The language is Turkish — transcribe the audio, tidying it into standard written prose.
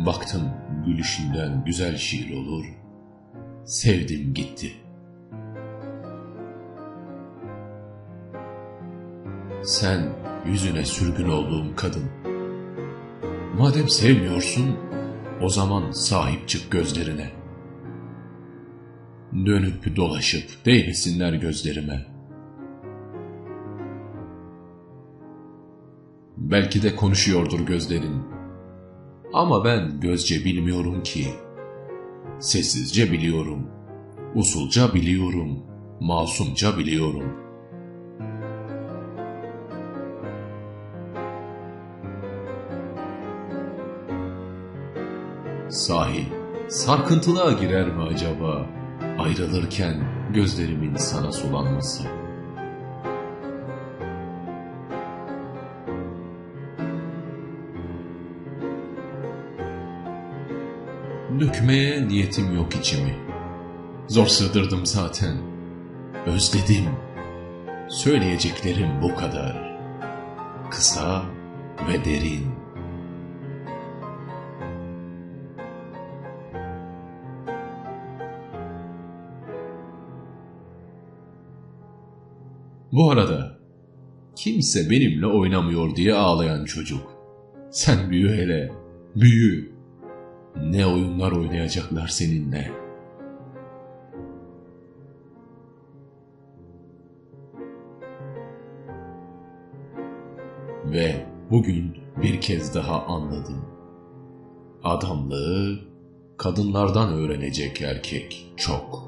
Baktım gülüşünden güzel şiir olur, sevdim gitti. Sen yüzüne sürgün olduğum kadın, madem sevmiyorsun, o zaman sahip çık gözlerine. Dönüp dolaşıp değmesinler gözlerime. Belki de konuşuyordur gözlerin, ama ben gözce bilmiyorum ki. Sessizce biliyorum, usulca biliyorum, masumca biliyorum. Sahi, sarkıntılığa girer mi acaba, ayrılırken gözlerimin sana sulanması? Dökmeye niyetim yok içimi. Zor sığdırdım zaten. Özledim. Söyleyeceklerim bu kadar. Kısa ve derin. Bu arada kimse benimle oynamıyor diye ağlayan çocuk. Sen büyü hele, büyü. Ne oyunlar oynayacaklar seninle. Ve bugün bir kez daha anladım. Adamlığı kadınlardan öğrenecek erkek çok.